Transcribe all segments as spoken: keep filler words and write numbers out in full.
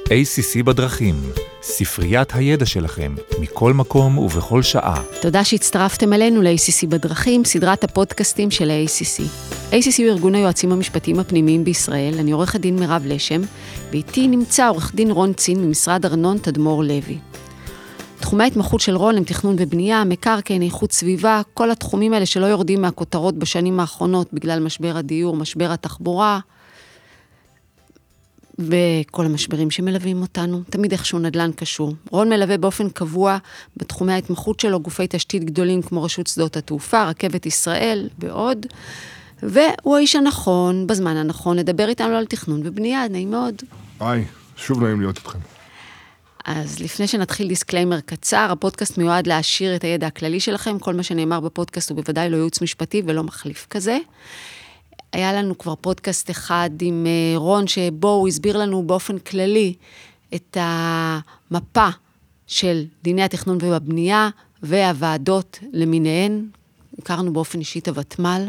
איי סי סי בדרכים, ספריית הידע שלכם, מכל מקום ובכל שעה. תודה שהצטרפתם אלינו ל-איי סי סי בדרכים, סדרת הפודקאסטים של ה-איי סי סי. איי סי סי הוא ארגון היועצים המשפטיים הפנימיים בישראל, אני עורכת דין מירב לשם, ואיתי נמצא עורך דין רון צין ממשרד ארנון תדמור לוי. תחומי ההתמחות של רון הם תכנון ובנייה, מקרקעין, איכות סביבה, כל התחומים האלה שלא יורדים מהכותרות בשנים האחרונות בגלל משבר הדיור, משבר התחבורה, וכל המשברים שמלווים אותנו, תמיד איכשהו נדל"ן קשור. רון מלווה באופן קבוע בתחומי ההתמחות שלו, גופי תשתית גדולים כמו רשות שדות התעופה, רכבת ישראל ועוד, והוא האיש הנכון, בזמן הנכון, לדבר איתנו על תכנון ובנייה, נעים מאוד. היי, שוב נעים להיות איתכם. אז לפני שנתחיל דיסקליימר קצר, הפודקאסט מיועד להשאיר את הידע הכללי שלכם, כל מה שנאמר בפודקאסט הוא בוודאי לא ייעוץ משפטי ולא מחליף כזה. היה לנו כבר פודקאסט אחד עם רון, שבו הוא הסביר לנו באופן כללי את המפה של דיני התכנון והבנייה, והוועדות למיניהן, הכרנו באופן אישי את הוותמ"ל,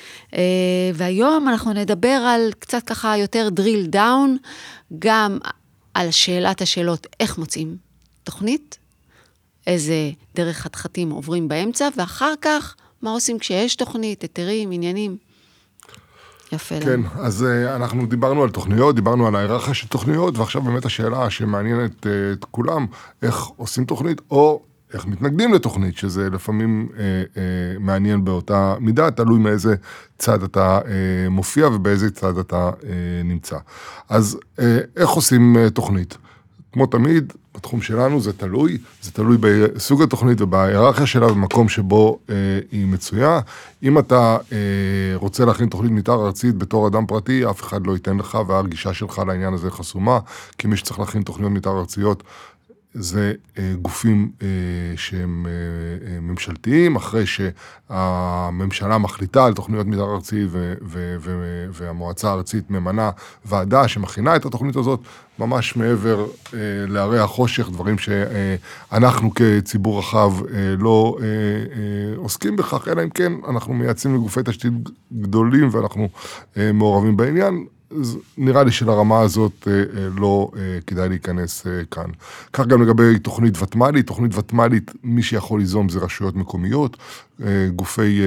והיום אנחנו נדבר על קצת ככה יותר drill down, גם על שאלת השאלות, איך מוצאים תוכנית, איזה דרך חתחתים עוברים באמצע, ואחר כך מה עושים כשיש תוכנית, היתרים, עניינים. יפה לנו. כן, אז uh, אנחנו דיברנו על תוכניות, דיברנו על ההיררכיה של תוכניות, ועכשיו באמת השאלה שמעניינת uh, את כולם, איך עושים תוכנית, או איך מתנגדים לתוכנית, שזה לפעמים uh, uh, מעניין באותה מידה, תלוי מאיזה צד אתה uh, מופיע, ובאיזה צד אתה uh, נמצא. אז uh, איך עושים uh, תוכנית? כמו תמיד, בתחום שלנו זה תלוי, זה תלוי בסוג התוכנית ובהיררכיה שלה במקום שבו אה, היא מצויה. אם אתה אה, רוצה להכין תוכנית מתאר ארצית בתור אדם פרטי, אף אחד לא ייתן לך, והרגישה שלך לעניין הזה חסומה, כי מי שצריך להכין תוכניות מתאר ארציות, זה אה, גופים אה, שהם אה, ממשלתיים, אחרי שהממשלה מחליטה על תוכניות מתאר ארצי, ו- ו- ו- והמועצה הארצית ממנה ועדה שמכינה את התוכנית הזאת, ממש מעבר אה, להרי החושך, דברים שאנחנו כציבור רחב אה, לא אה, אה, עוסקים בכך, אלא אם כן אנחנו מייעצים לגופי תשתית גדולים, ואנחנו אה, מעורבים בעניין, נראה לי שלרמה הזאת לא כדאי להיכנס כאן. כך גם לגבי תוכנית ותמ"לית, תוכנית ותמ"לית, מי שיכול ליזום זה רשויות מקומיות, גופי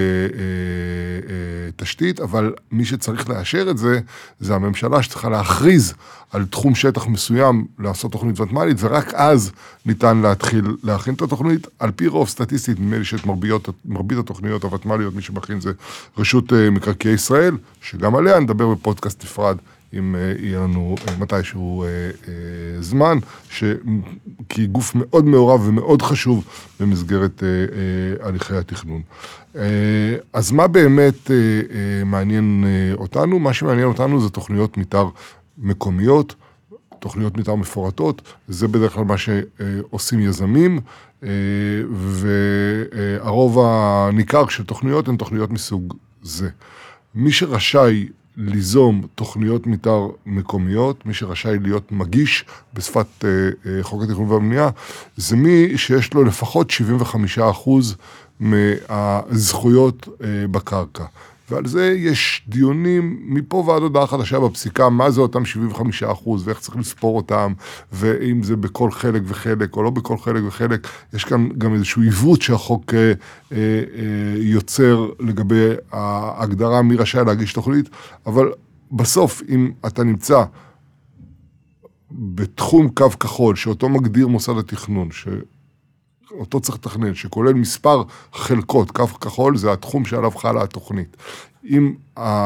תשתית, אבל מי שצריך לאשר את זה, זה הממשלה שצריכה להכריז על תחום שטח מסוים לעשות תוכנית ותמ"לית, ורק אז ניתן להתחיל להכין את התוכנית. על פי רוב סטטיסטית, נדמה לי שאת מרבית, מרבית התוכניות הוותמ"ליות, מי שמכין זה רשות מקרקעי ישראל, שגם עליה נדבר בפודקאסט נפרד, אם יהיה לנו מתישהו זמן, ש... כי גוף מאוד מעורב ומאוד חשוב במסגרת הליכי התכנון. אז מה באמת מעניין אותנו? מה שמעניין אותנו זה תוכניות מתאר מקומיות, תוכניות מתאר מפורטות, זה בדרך כלל מה שעושים יזמים, והרוב הניכר של תוכניות הן תוכניות מסוג זה. מי שרשאי ליזום תוכניות מתאר מקומיות, מי שרשאי להיות מגיש בשפת אה, אה, חוק התכנון והבנייה, זה מי שיש לו לפחות שבעים וחמישה אחוז מהזכויות אה, בקרקע. ועל זה יש דיונים מפה ועד הודעה חדשה בפסיקה, מה זה אותם שבעים וחמישה אחוז, ואיך צריך לספור אותם, ואם זה בכל חלק וחלק, או לא בכל חלק וחלק. יש כאן גם איזשהו עיוות שהחוק אה, אה, אה, יוצר לגבי ההגדרה מי רשאי להגיש תוכנית, אבל בסוף, אם אתה נמצא בתחום קו כחול, שאותו מגדיר מוסד התכנון, ש... אותו צריך לתכנן, שכולל מספר חלקות, קו כחול, זה התחום שעליו חלה התוכנית. אם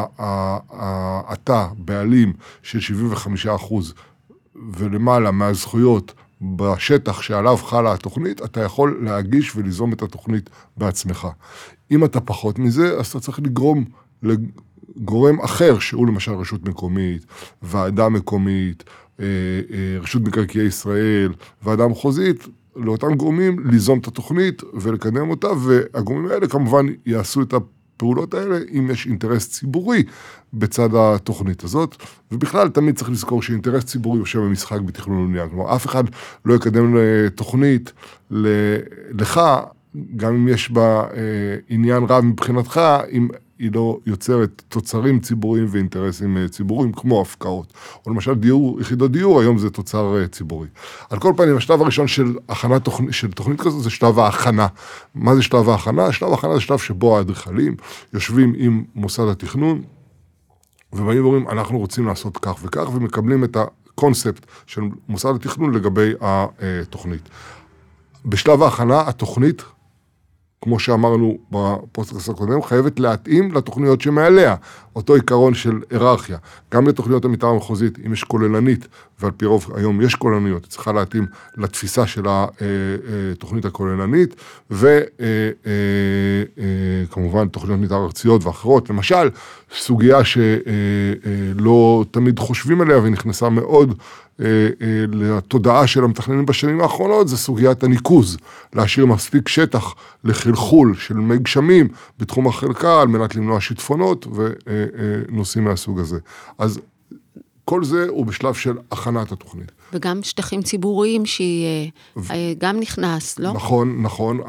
אתה בעלים של שבעים וחמישה אחוז ולמעלה מהזכויות בשטח שעליו חלה התוכנית, אתה יכול להגיש וליזום את התוכנית בעצמך. אם אתה פחות מזה, אז אתה צריך לגרום לגורם אחר, שהוא למשל רשות מקומית, ועדה מקומית, רשות מקרקעי ישראל, ועדה מחוזית, לאותם גורמים ליזום את התוכנית ולקדם אותה, והגורמים האלה כמובן יעשו את הפעולות האלה אם יש אינטרס ציבורי בצד התוכנית הזאת, ובכלל תמיד צריך לזכור שאינטרס ציבורי יושב במשחק בתכנון ובנייה, כלומר אף אחד לא יקדם תוכנית לך, גם אם יש בה עניין רב מבחינתך, אם היא לא יוצרת תוצרים ציבוריים ואינטרסים ציבוריים, כמו הפקעות. או למשל דיור, יחידות דיור, היום זה תוצר ציבורי. על כל פנים, השלב הראשון של הכנה, תוכנית, של תוכנית כזאת, זה שלב ההכנה. מה זה שלב ההכנה? שלב ההכנה זה שלב שבו האדריכלים יושבים עם מוסד התכנון, ובאים ואומרים, אנחנו רוצים לעשות כך וכך, ומקבלים את הקונספט של מוסד התכנון לגבי התוכנית. בשלב ההכנה, התוכנית, כמו שאמרנו בפודקאסט הקודם, חייבת להתאים לתוכניות שמעליה, אותו עיקרון של היררכיה. גם לתוכניות המתאר המחוזית, אם יש כוללנית, ועל פי רוב היום יש כוללניות, צריכה להתאים לתפיסה של התוכנית הכוללנית, וכמובן תוכניות מתאר ארציות ואחרות. למשל, סוגיה שלא תמיד חושבים עליה, ונכנסה מאוד לתודעה של המתכננים בשנים האחרונות, זה סוגיית הניקוז, להשאיר מספיק שטח לחלחול של מי גשמים בתחום החלקה, על מנת למנוע שיטפונות ונושאים מהסוג הזה. אז כל זה הוא בשלב של הכנת התוכנית. וגם שטחים ציבוריים שהיא גם נכנס, לא? נכון, נכון.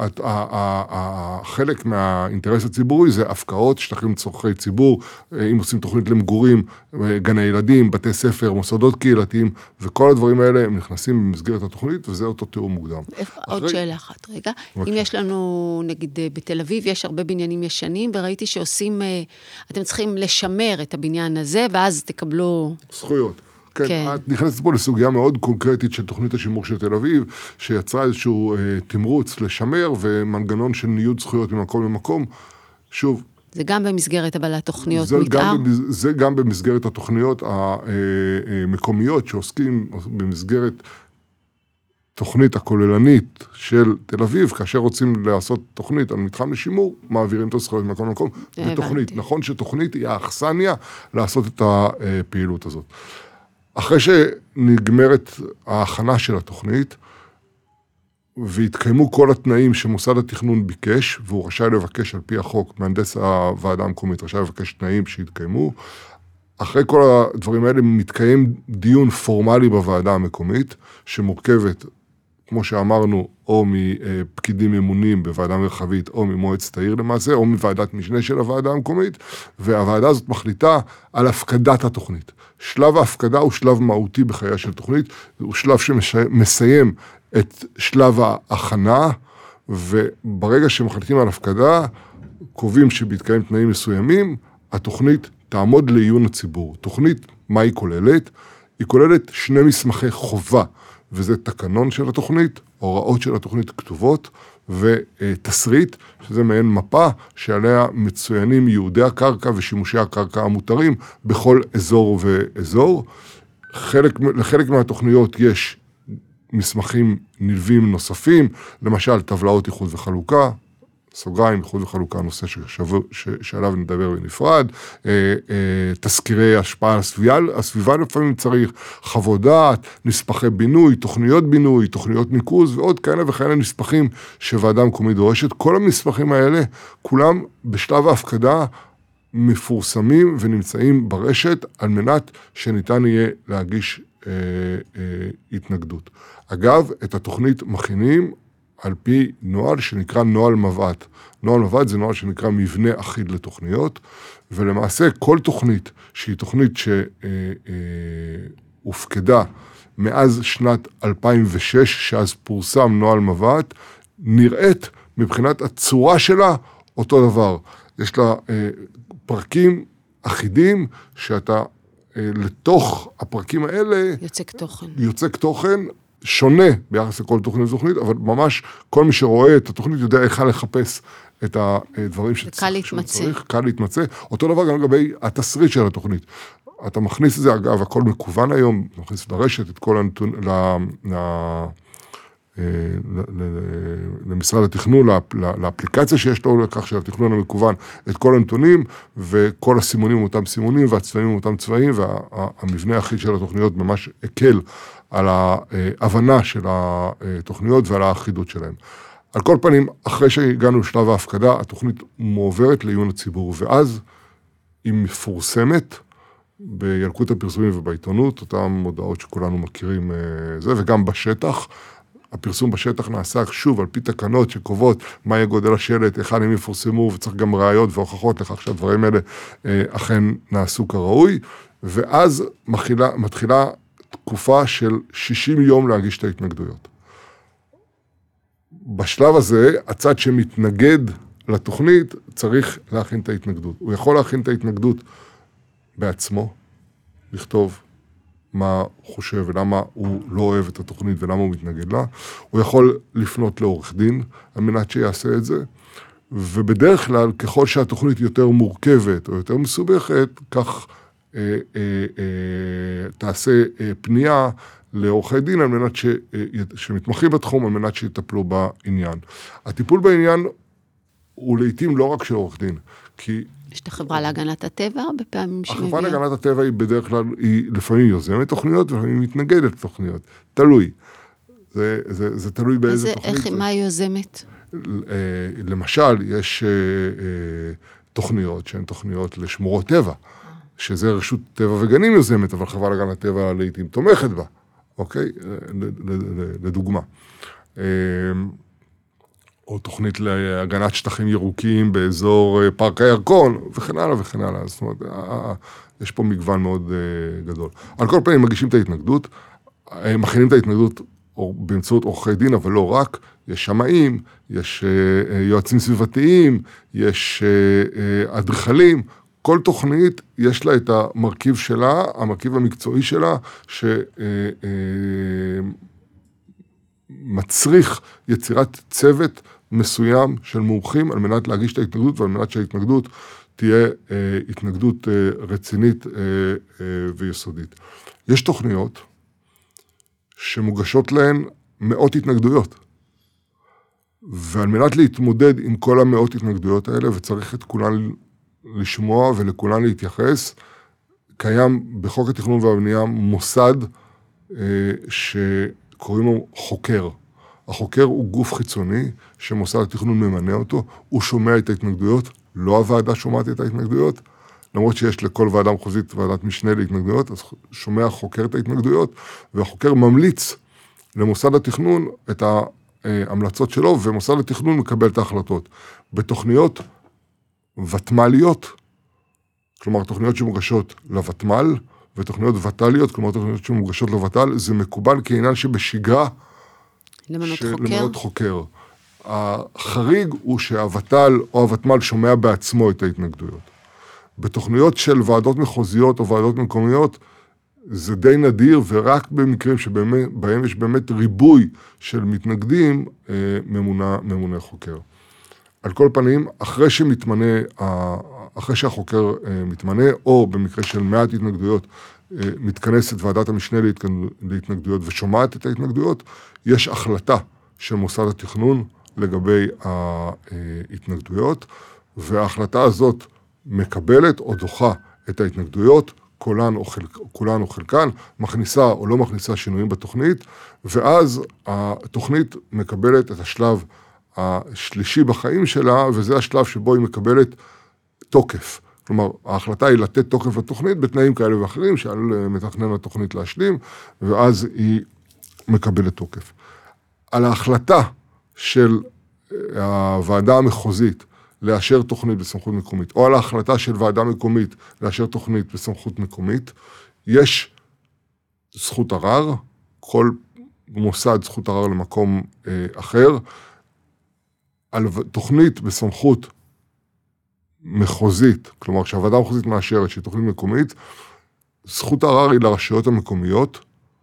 חלק מהאינטרס הציבורי זה הפקעות, שטחים צורכי ציבור, אם עושים תוכנית למגורים, גני ילדים, בתי ספר, מוסדות קהילתיים, וכל הדברים האלה הם נכנסים במסגרת התוכנית, וזה אותו תיאום מוקדם. עוד שאלה אחת, רגע. אם יש לנו, נגיד, בתל אביב, יש הרבה בניינים ישנים, וראיתי שעושים, אתם צריכים לשמר את הבניין הזה, ואז תקבלו זכויות. כן, כן. את נכנסת פה לסוגיה מאוד קונקרטית של תוכנית השימור של תל אביב, שיצרה איזשהו אה, תמרוץ לשמר, ומנגנון של ניוד זכויות ממקום למקום. שוב, זה גם במסגרת, אבל התוכניות זה מתאר? גם, זה גם במסגרת התוכניות המקומיות, שעוסקים במסגרת תוכנית הכוללנית של תל אביב, כאשר רוצים לעשות תוכנית על מתחם לשימור, מעבירים את הזכויות ממקום למקום. זה תוכנית. נכון שתוכנית היא האכסניה לעשות את הפעילות הזאת. אחרי שנגמרת ההכנה של התוכנית, והתקיימו כל התנאים שמוסד התכנון ביקש, והוא רשאי לבקש על פי החוק, מהנדס הוועדה המקומית רשאי לבקש תנאים שהתקיימו, אחרי כל הדברים האלה מתקיים דיון פורמלי בוועדה המקומית, שמורכבת, כמו שאמרנו, או מפקידים ממונים בוועדה מרחבית, או ממועצת העיר למעשה, או מוועדת משנה של הוועדה המקומית, והוועדה הזאת מחליטה על הפקדת התוכנית. שלב ההפקדה הוא שלב מהותי בחייה של תוכנית, הוא שלב שמסיים את שלב ההכנה, וברגע שמחליטים על הפקדה, קובעים שבהתקיים תנאים מסוימים, התוכנית תעמוד לעיון הציבור. תוכנית, מה היא כוללת? היא כוללת שני מסמכי חובה, וזה תקנון של התוכנית, הוראות של התוכנית כתובות, ותסריט, שזה מעין מפה, שעליה מצוינים יעודי הקרקע ושימושי הקרקע המותרים, בכל אזור ואזור. חלק, לחלק מהתוכניות יש מסמכים נלווים נוספים, למשל טבלאות איחוד וחלוקה, סוגריים, איחוד וחלוקה, נושא ששווה, ש, שעליו נדבר בנפרד, אה, אה, תזכירי השפעה על הסביבה, הסביבה לפעמים צריך, חוות דעת, נספחי בינוי, תוכניות בינוי, תוכניות ניקוז, ועוד כאלה וכאלה נספחים שוועדה מקומית דורשת. כל המספחים האלה, כולם בשלב ההפקדה מפורסמים ונמצאים ברשת, על מנת שניתן יהיה להגיש אה, אה, התנגדות. אגב, את התוכנית מכינים, על פי נוהל שנקרא נוהל מבט. נוהל מבט זה נוהל שנקרא מבנה אחיד לתוכניות, ולמעשה כל תוכנית שהיא תוכנית שהופקדה מאז שנת אלפיים ושש, שאז פורסם נוהל מבט, נראית מבחינת הצורה שלה אותו דבר. יש לה פרקים אחידים שאתה לתוך הפרקים האלה יוצק תוכן. יוצק תוכן שונה ביחס לכל תוכנית ותוכנית, אבל ממש כל מי שרואה את התוכנית יודע איך לחפש את הדברים שצריך. קל להתמצא. קל להתמצא. אותו דבר גם לגבי התסריט של התוכנית. אתה מכניס את זה, אגב, הכל מקוון היום, מכניס לרשת את כל הנתון, למשרד התכנון, לאפליקציה שיש לו לכך של התכנון המקוון, את כל הנתונים, וכל הסימונים הם אותם סימונים, והצבעים הם אותם צבעים, והמבנה האחיד של התוכניות ממש הקל על ההבנה של התוכניות ועל האחידות שלהם. על כל פנים, אחרי שהגענו לשלב ההפקדה, התוכנית מועברת לעיון הציבור, ואז היא מפורסמת בילקוט הפרסומים ובעיתונות, אותם מודעות שכולנו מכירים זה, וגם בשטח, הפרסום בשטח נעשה שוב על פי תקנות שקובעות מה יהיה גודל השלט, היכן הם יפורסמו, וצריך גם ראיות והוכחות לכך שהדברים האלה אכן נעשו כראוי, ואז מתחילה, מתחילה תקופה של שישים יום להגיש את ההתנגדויות. בשלב הזה, הצד שמתנגד לתוכנית צריך להכין את ההתנגדות. הוא יכול להכין את ההתנגדות בעצמו, לכתוב מה הוא חושב ולמה הוא לא אוהב את התוכנית ולמה הוא מתנגד לה. הוא יכול לפנות לעורך דין על מנת שיעשה את זה, ובדרך כלל ככל שהתוכנית יותר מורכבת או יותר מסובכת, כך אה, אה, אה, תעשה אה, פנייה לעורכי דין על מנת ש, אה, שמתמחים בתחום, על מנת שיטפלו בעניין. הטיפול בעניין הוא לעתים לא רק של עורך דין, כי יש את החברה להגנת הטבע, בפעמים שמביאה. החברה להגנת הטבע היא בדרך כלל, היא לפעמים יוזמת תוכניות, ולפעמים מתנגדת לתוכניות. תלוי. זה, זה, זה תלוי באיזה זה, תוכנית. איך, מה היא יוזמת? למשל, יש תוכניות שהן תוכניות לשמורות טבע, שזה רשות טבע וגנים יוזמת, אבל חברה להגנת הטבע לעתים תומכת בה. אוקיי? לדוגמה. או תוכנית להגנת שטחים ירוקים באזור פארק הירקון, וכן הלאה וכן הלאה. זאת אומרת, יש פה מגוון מאוד גדול. על כל פנים, מגישים את ההתנגדות, מכינים את ההתנגדות באמצעות עורכי דין, אבל לא רק. יש שמאים, יש יועצים סביבתיים, יש אדריכלים. כל תוכנית יש לה את המרכיב שלה, המרכיב המקצועי שלה, שמצריך יצירת צוות מסוים של מומחים על מנת להגיש את ההתנגדות, ועל מנת שההתנגדות תהיה אה, התנגדות אה, רצינית אה, אה, ויסודית. יש תוכניות שמוגשות להן מאות התנגדויות, ועל מנת להתמודד עם כל המאות התנגדויות האלה, וצריך את כולן לשמוע ולכולן להתייחס, קיים בחוק התכנון והבנייה מוסד אה, שקוראים לו חוקר. החוקר הוא גוף חיצוני שמוסד התכנון ממנה אותו, הוא שומע את ההתנגדויות, לא הוועדה שומעת את ההתנגדויות, למרות שיש לכל ועדה מחוזית ועדת משנה להתנגדויות, אז שומע החוקר את ההתנגדויות, והחוקר ממליץ למוסד התכנון את ההמלצות שלו, ומוסד התכנון מקבל את ההחלטות. בתוכניות ותמליות, כלומר תוכניות שמוגשות לוותמל, ותוכניות ותליות, כלומר תוכניות שמוגשות לוותל, זה מקובל כעניין שבשגרה, למנות חוקר. למנות חוקר. החריג הוא שהוותל או הוותמל שומע בעצמו את ההתנגדויות. בתוכניות של ועדות מחוזיות או ועדות מקומיות, זה די נדיר, ורק במקרים שבהם יש באמת ריבוי של מתנגדים, ממונה, ממונה חוקר. על כל פנים, אחרי שמתמנה, אחרי שהחוקר מתמנה, או במקרה של מעט התנגדויות, מתכנסת ועדת המשנה להתנגדויות ושומעת את ההתנגדויות, יש החלטה של מוסד התכנון לגבי ההתנגדויות, וההחלטה הזאת מקבלת או דוחה את ההתנגדויות, כולן או, חלק, כולן או חלקן, מכניסה או לא מכניסה שינויים בתוכנית, ואז התוכנית מקבלת את השלב השלישי בחיים שלה, וזה השלב שבו היא מקבלת תוקף. כלומר, ההחלטה היא לתת תוקף לתוכנית בתנאים כאלה ואחרים, שעל מתכנן התוכנית להשלים, ואז היא מקבלת תוקף. על ההחלטה של הוועדה המחוזית לאשר תוכנית בסמכות מקומית, או על ההחלטה של ועדה מקומית לאשר תוכנית בסמכות מקומית, יש זכות ערר, כל מוסד זכות ערר למקום אה, אחר, על תוכנית בסמכות מחוזית, כלומר שהוועדה המחוזית מאשרת שהיא תוכנית מקומית, זכות הערר היא לרשויות המקומיות,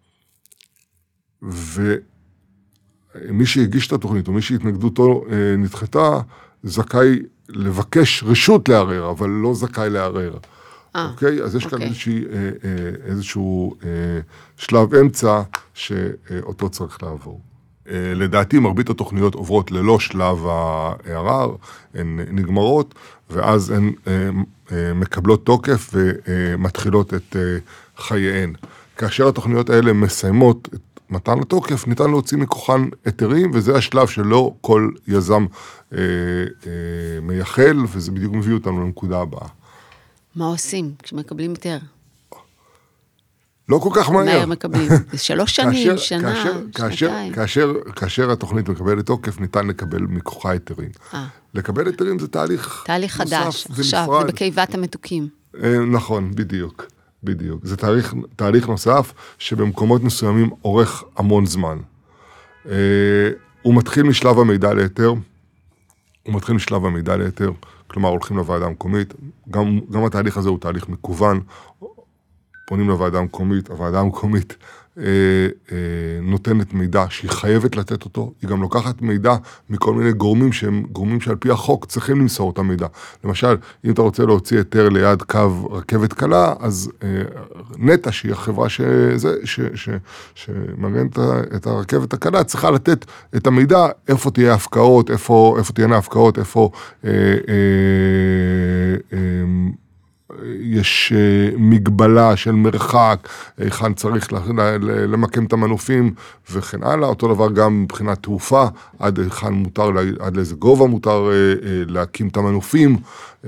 ומי שהגיש את התוכנית, או מי שהתנגדותו אה, נדחתה, זכאי לבקש רשות לערער, אבל לא זכאי לערער. אה, אוקיי? אז יש אוקיי. כאן איזושהי, אה, אה, איזשהו אה, שלב אמצע שאותו צריך לעבור. אה, לדעתי מרבית התוכניות עוברות ללא שלב הערר, הן נגמרות, ואז הן אה, אה, מקבלות תוקף ומתחילות את אה, חייהן. כאשר התוכניות האלה מסיימות את מתן התוקף, ניתן להוציא מכוחן היתרים, וזה השלב שלא כל יזם אה, אה, מייחל, וזה בדיוק מביא אותנו לנקודה הבאה. מה עושים כשמקבלים היתר? לא כל כך מהר. מהר מקבלים. זה שלוש שנים, כאשר, שנה, כאשר, שנתיים. כאשר, כאשר התוכנית מקבלת תוקף, ניתן לקבל מכוחה היתרים. אה. לקבל היתרים זה תהליך תהליך נוסף חדש, עכשיו, ונפרד. זה בקיבת המתוקים. אה, נכון, בדיוק, בדיוק. זה תהליך, תהליך נוסף שבמקומות מסוימים אורך המון זמן. אה, הוא מתחיל משלב המידע להיתר, הוא מתחיל משלב המידע להיתר, כלומר הולכים לוועדה המקומית, גם, גם התהליך הזה הוא תהליך מקוון, פונים לוועדה המקומית, הוועדה המקומית אה, אה, נותנת מידע שהיא חייבת לתת אותו, היא גם לוקחת מידע מכל מיני גורמים שהם גורמים שעל פי החוק צריכים למסור את המידע. למשל, אם אתה רוצה להוציא היתר ליד קו רכבת קלה, אז אה, נטע, שהיא החברה שזה, ש, ש, שמגנת את הרכבת הקלה, צריכה לתת את המידע איפה תהיה הפקעות, איפה, איפה תהיינה הפקעות, איפה... אה, אה, אה, יש מגבלה של מרחק, היכן צריך למקם את המנופים וכן הלאה, אותו דבר גם מבחינת תעופה, עד היכן מותר, עד לאיזה גובה מותר להקים את המנופים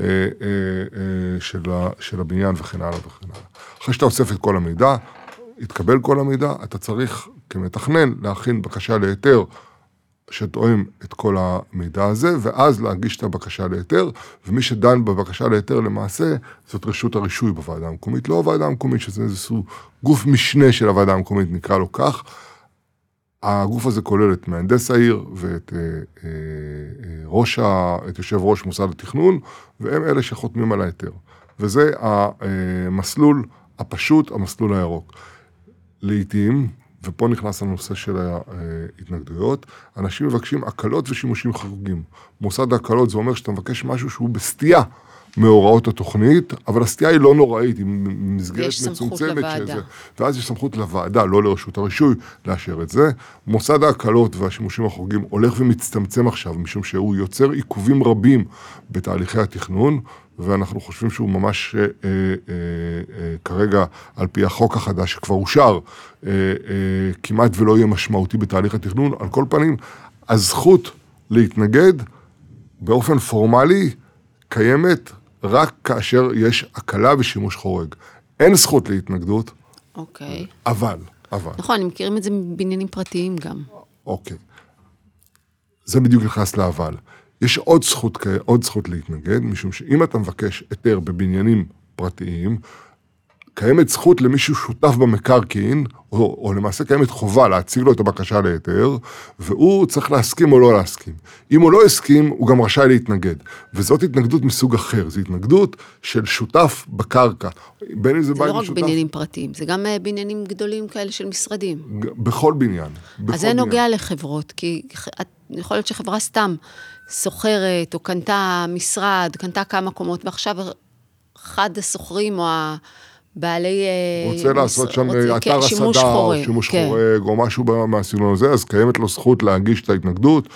של הבניין וכן הלאה וכן הלאה. אחרי שאתה אוסף את כל המידע, התקבל כל המידע, אתה צריך כמתכנן להכין בקשה להיתר, שתואם את כל המידע הזה, ואז להגיש את הבקשה להיתר, ומי שדן בבקשה להיתר למעשה, זאת רשות הרישוי בוועדה המקומית, לא הוועדה המקומית, שזה איזשהו גוף משנה של הוועדה המקומית, נקרא לו כך. הגוף הזה כולל את מהנדס העיר, ואת אה, אה, ראש ה, את יושב ראש מוסד התכנון, והם אלה שחותמים על ההיתר. וזה המסלול הפשוט, המסלול הירוק. לעתים, ופה נכנס הנושא של ההתנגדויות, אנשים מבקשים הקלות ושימושים חריגים. מוסד ההקלות זה אומר שאתה מבקש משהו שהוא בסטייה מהוראות התוכנית, אבל הסטייה היא לא נוראית, היא מסגרת מצומצמת שזה. ואז יש סמכות לוועדה, לא לרשות הרישוי, לאשר את זה. מוסד ההקלות והשימושים החריגים הולך ומצטמצם עכשיו, משום שהוא יוצר עיכובים רבים בתהליכי התכנון, ואנחנו חושבים שהוא ממש אה, אה, אה, כרגע, על פי החוק החדש שכבר אושר, אה, אה, כמעט ולא יהיה משמעותי בתהליך התכנון. על כל פנים, הזכות להתנגד באופן פורמלי קיימת רק כאשר יש הקלה ושימוש חורג. אין זכות להתנגדות, אוקיי. אבל, אבל. נכון, אני מכירים את זה מבניינים פרטיים גם. אוקיי. זה בדיוק נכנס לאבל. יש עוד זכות, עוד זכות להתנגד, משום שאם אתה מבקש היתר בבניינים פרטיים, קיימת זכות למישהו שותף במקרקעין, או, או למעשה קיימת חובה להציג לו את הבקשה להיתר, והוא צריך להסכים או לא להסכים. אם הוא לא הסכים, הוא גם רשאי להתנגד. וזאת התנגדות מסוג אחר, זו התנגדות של שותף בקרקע. בין אם זה, זה לא רק שותף... בניינים פרטיים, זה גם בניינים גדולים כאלה של משרדים. בכל בניין. בכל אז זה בניין. נוגע לחברות, כי יכול להיות שחברה סתם סוחרת, או קנתה משרד, קנתה כמה קומות, ועכשיו אחד הסוחרים או ה... בעלי... רוצה לעשות שם אתר הסדה, או שימוש חורג, או משהו מהסגנון הזה, אז קיימת לו זכות להגיש את ההתנגדות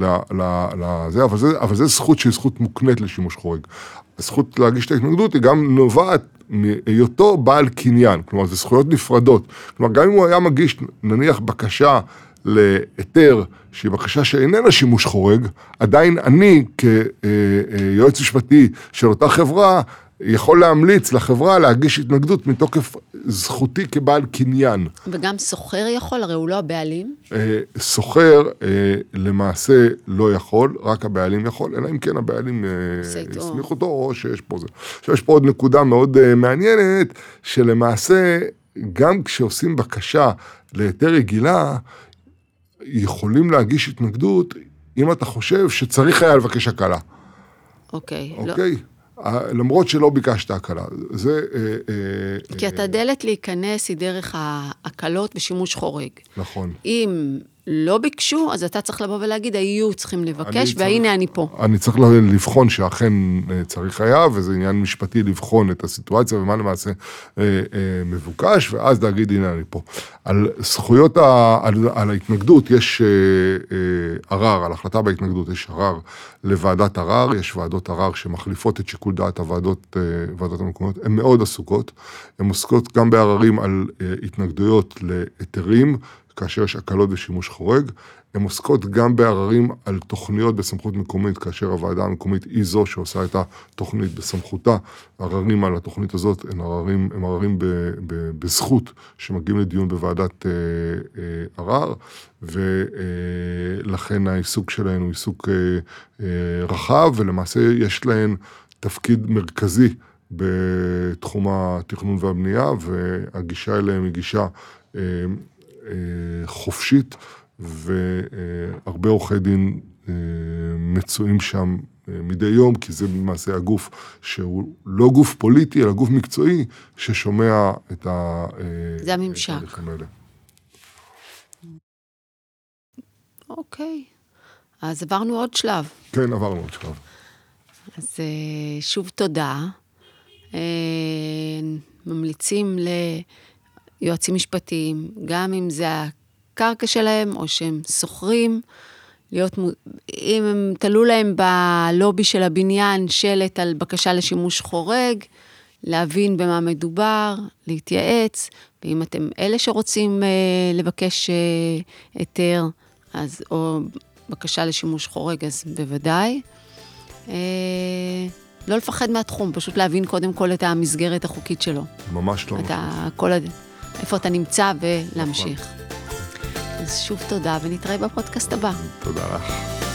לזה, אבל זה זכות שהיא זכות מוקנית לשימוש חורג. הזכות להגיש את ההתנגדות היא גם נובעת מהיותו בעל קניין, כלומר, זה זכויות נפרדות. כלומר, גם אם הוא היה מגיש, נניח, בקשה להיתר, שהיא בקשה שאיננה שימוש חורג, עדיין אני, כיועץ משפטי של אותה חברה, יכול להמליץ לחברה להגיש התנגדות מתוקף זכותי כבעל קניין. וגם סוחר יכול, הרי הוא לא הבעלים? סוחר למעשה לא יכול, רק הבעלים יכול, אלא אם כן הבעלים הסמיך אותו, או שיש פה זה. שיש פה עוד נקודה מאוד מעניינת, שלמעשה גם כשעושים בקשה להיתר רגילה, יכולים להגיש התנגדות, אם אתה חושב שצריך היה לבקש הקלה. אוקיי. אוקיי? למרות שלא ביקשת הקלה. זה... כי אתה דלת להיכנס היא דרך ההקלות ושימוש חורג. נכון. אם לא ביקשו, אז אתה צריך לבוא ולהגיד, היו צריכים לבקש, והנה אני פה. אני צריך לבחון שאכן צריך היה, וזה עניין משפטי לבחון את הסיטואציה, ומה למעשה מבוקש, ואז להגיד, הנה אני פה. על זכויות, על ההתנגדות, יש ערר, על החלטה בהתנגדות, יש ערר לוועדת ערר, יש ועדות ערר שמחליפות את שיקול דעת הוועדות, ועדות המקומיות, הן מאוד עסוקות, הן עסוקות גם בעררים על התנגדויות להיתרים, כאשר יש הקלות בשימוש חורג. הן עוסקות גם בעררים על תוכניות בסמכות מקומית, כאשר הוועדה המקומית היא זו שעושה את התוכנית בסמכותה. עררים על התוכנית הזאת הם עררים, הם עררים ב, ב, בזכות שמגיעים לדיון בוועדת אה, אה, ערר, ולכן העיסוק שלהן הוא עיסוק אה, אה, רחב, ולמעשה יש להן תפקיד מרכזי בתחום התכנון והבנייה, והגישה אליהם היא גישה אה, אה, חופשית, והרבה עורכי דין מצויים שם מדי יום, כי זה למעשה הגוף שהוא לא גוף פוליטי, אלא גוף מקצועי ששומע את ה... זה הממשק. אוקיי, אז עברנו עוד שלב. כן, עברנו עוד שלב. אז שוב תודה. ממליצים ליועצים משפטיים, גם אם זה הקרקע שלהם, או שהם סוחרים, להיות, אם הם תלו להם בלובי של הבניין שלט על בקשה לשימוש חורג, להבין במה מדובר, להתייעץ, ואם אתם אלה שרוצים אה, לבקש אה, היתר, אז, או בקשה לשימוש חורג, אז בוודאי. אה, לא לפחד מהתחום, פשוט להבין קודם כל את המסגרת החוקית שלו. ממש לא. את ה, כל, איפה אתה נמצא ולהמשיך. אז שוב תודה, ונתראה בפודקאסט הבא. תודה לך.